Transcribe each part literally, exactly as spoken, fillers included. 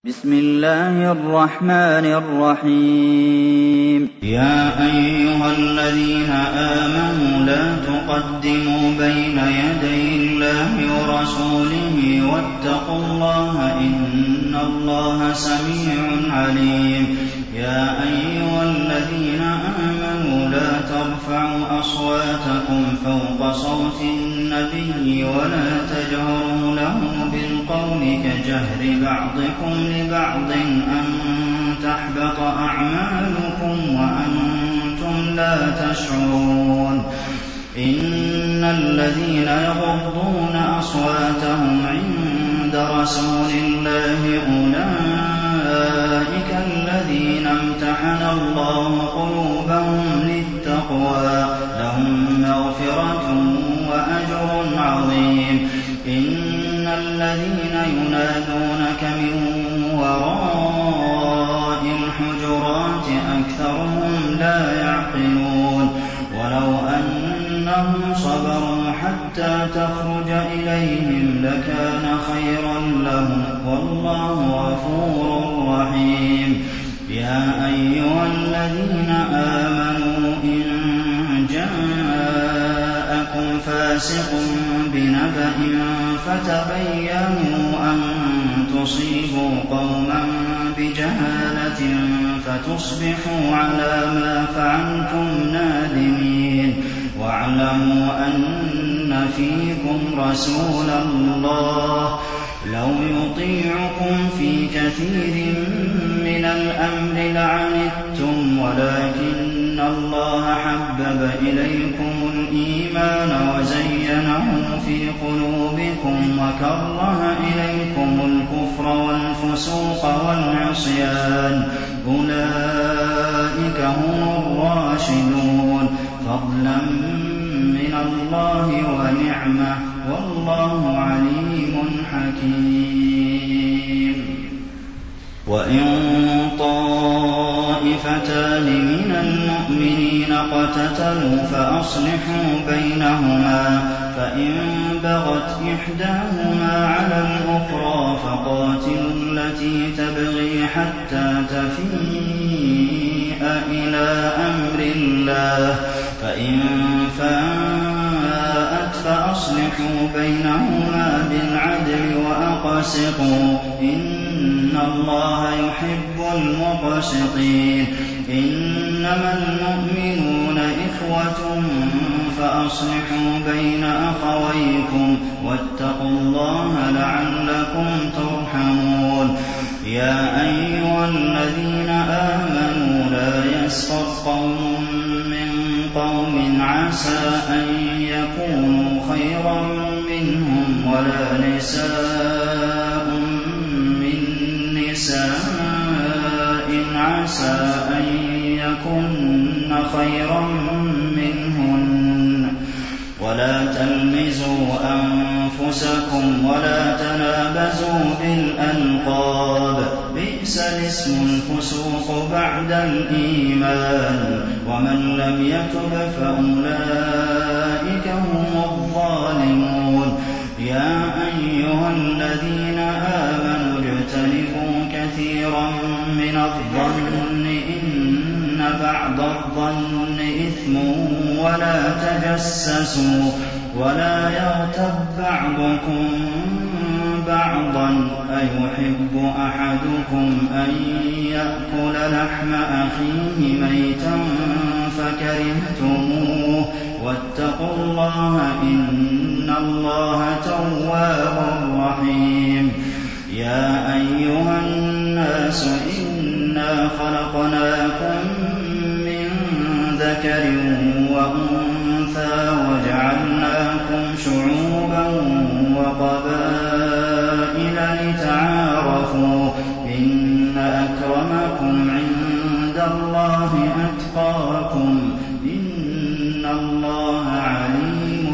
بسم الله الرحمن الرحيم يا أيها الذين آمنوا لا تقدموا بين يدي الله ورسوله واتقوا الله إن الله سميع عليم يا أيها الذين آمنوا لا ترفعوا أصواتكم فوق صوت النبي ولا تجهروا له بالقول كجهر بعضكم لبعض أن تحبط أعمالكم وأنتم لا تشعرون إن الذين يغضون أصواتهم عند رسول الله أولئك الذين امتحن الله قلوبهم للتقوى لهم مغفرة وأجر عظيم إن الذين ينادونك من وراء الحجرات أكثرهم لا يعقلون ولو أنهم صبروا حتى تخرج إليهم لكان خيرا لهم والله غفور رحيم يا أيها الذين آمنوا إن جاءكم فاسق بنبأ فتبينوا أن تصيبوا قوما بجهالة فتصبحوا على ما فعلتم نادمين واعلموا أن فيكم رسول الله لو يطيعكم في كثير من الأمر لعنتم ولكن الله حبب إليكم الإيمان وزينه في قلوبكم وكره إليكم الكفر والفسوق والعصيان أولئك هم الراشدون فضلا من الله ونعمة والله عليم حكيم وإن طائفتان من المؤمنين اقتتلوا فأصلحوا بينهما فإن بغت إحداهما على الأخرى فقاتلوا التي تبغي حتى تفيء إلى أمر الله فإن فاءت فأصلحوا بينهما بالعدل وأقسطوا إن الله يحب المقسطين إنما المؤمنون إخوة فأصلحوا بين أخويكم واتقوا الله لعلكم ترحمون يا أيها الذين آمنوا لا يسخر قوم من قوم عسى أن يكونوا خيرا منهم ولا نساء من نساء عسى أن يكن خيرا منهن ولا تلمزوا أنفسكم ولا تنابزوا بالألقاب بئس الاسم الفسوق بعد الإيمان ومن لم يتب فأولئك هم الظالمون يا أيها الذين آمنوا اجتنبوا كثيرا من الظن إن بعض الظن إثم ولا تجسسوا ولا يغتب بعضكم بعضا أيحب أحدكم أن يأكل لحم أخيه ميتا فكرهتموه واتقوا الله إن الله تواب رحيم يا أيها الناس إنا خلقناكم من ذكر وأنثى وجعلناكم شعوبا وقبائل لتعارفوا إن أكرمكم عند الله أتقاكم إن الله عليم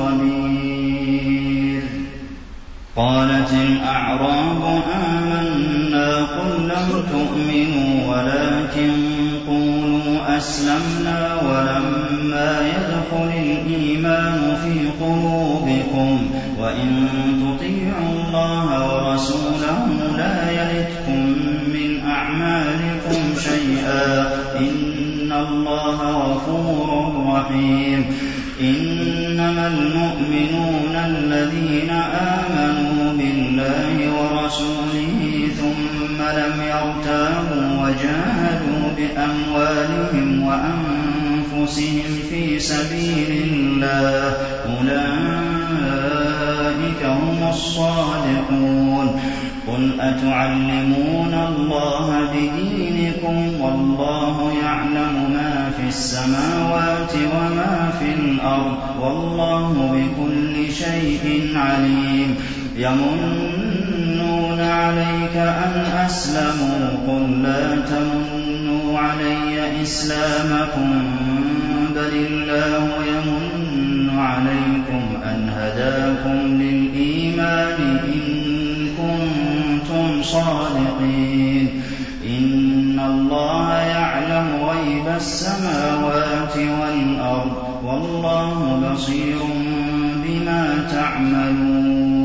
خبير قالت الأعراب آمنا قل لم تؤمنوا ولكن قولوا أسلمنا ولما يدخل الإيمان في قلوبكم وَإِن تُطِيعُوا اللَّهَ وَرَسُولَهُ لَا يَلِتْكُم مِّنْ أَعْمَالِكُمْ شَيْئًا ۚ إِنَّ اللَّهَ غَفُورٌ رَّحِيمٌ. إِنَّمَا الْمُؤْمِنُونَ الَّذِينَ آمَنُوا بِاللَّهِ وَرَسُولِهِ ثُمَّ لَمْ يَرْتَابُوا وَجَاهَدُوا بِأَمْوَالِهِمْ وَأَنفُسِهِمْ فِي سَبِيلِ اللَّهِ ۚ أُولَٰئِكَ هُمُ الصَّادِقُونَ. قُلْ أَتُعَلِّمُونَ اللَّهَ بِدِينِكُمْ وَاللَّهُ يَعْلَمُ مَا فِي السَّمَاوَاتِ وَمَا فِي الْأَرْضِ ۚ وَاللَّهُ بِكُلِّ شَيْءٍ عَلِيمٌ. يَمُنُّونَ عَلَيْكَ أَنْ أَسْلَمُوا ۖ قُل لَّا تَمُنُّوا عَلَيَّ إِسْلَامَكُم بَلِ اللَّهُ يَمُنُّ عَلَيْكُمْ أَنْ هَدَاكُمْ لِلْإِيمَانِ إِن كُنتُمْ صَادِقِينَ. إِنَّ اللَّهَ يَعْلَمُ غَيْبَ السَّمَاوَاتِ وَالْأَرْضِ ۚ وَاللَّهُ بَصِيرٌ بِمَا تَعْمَلُونَ.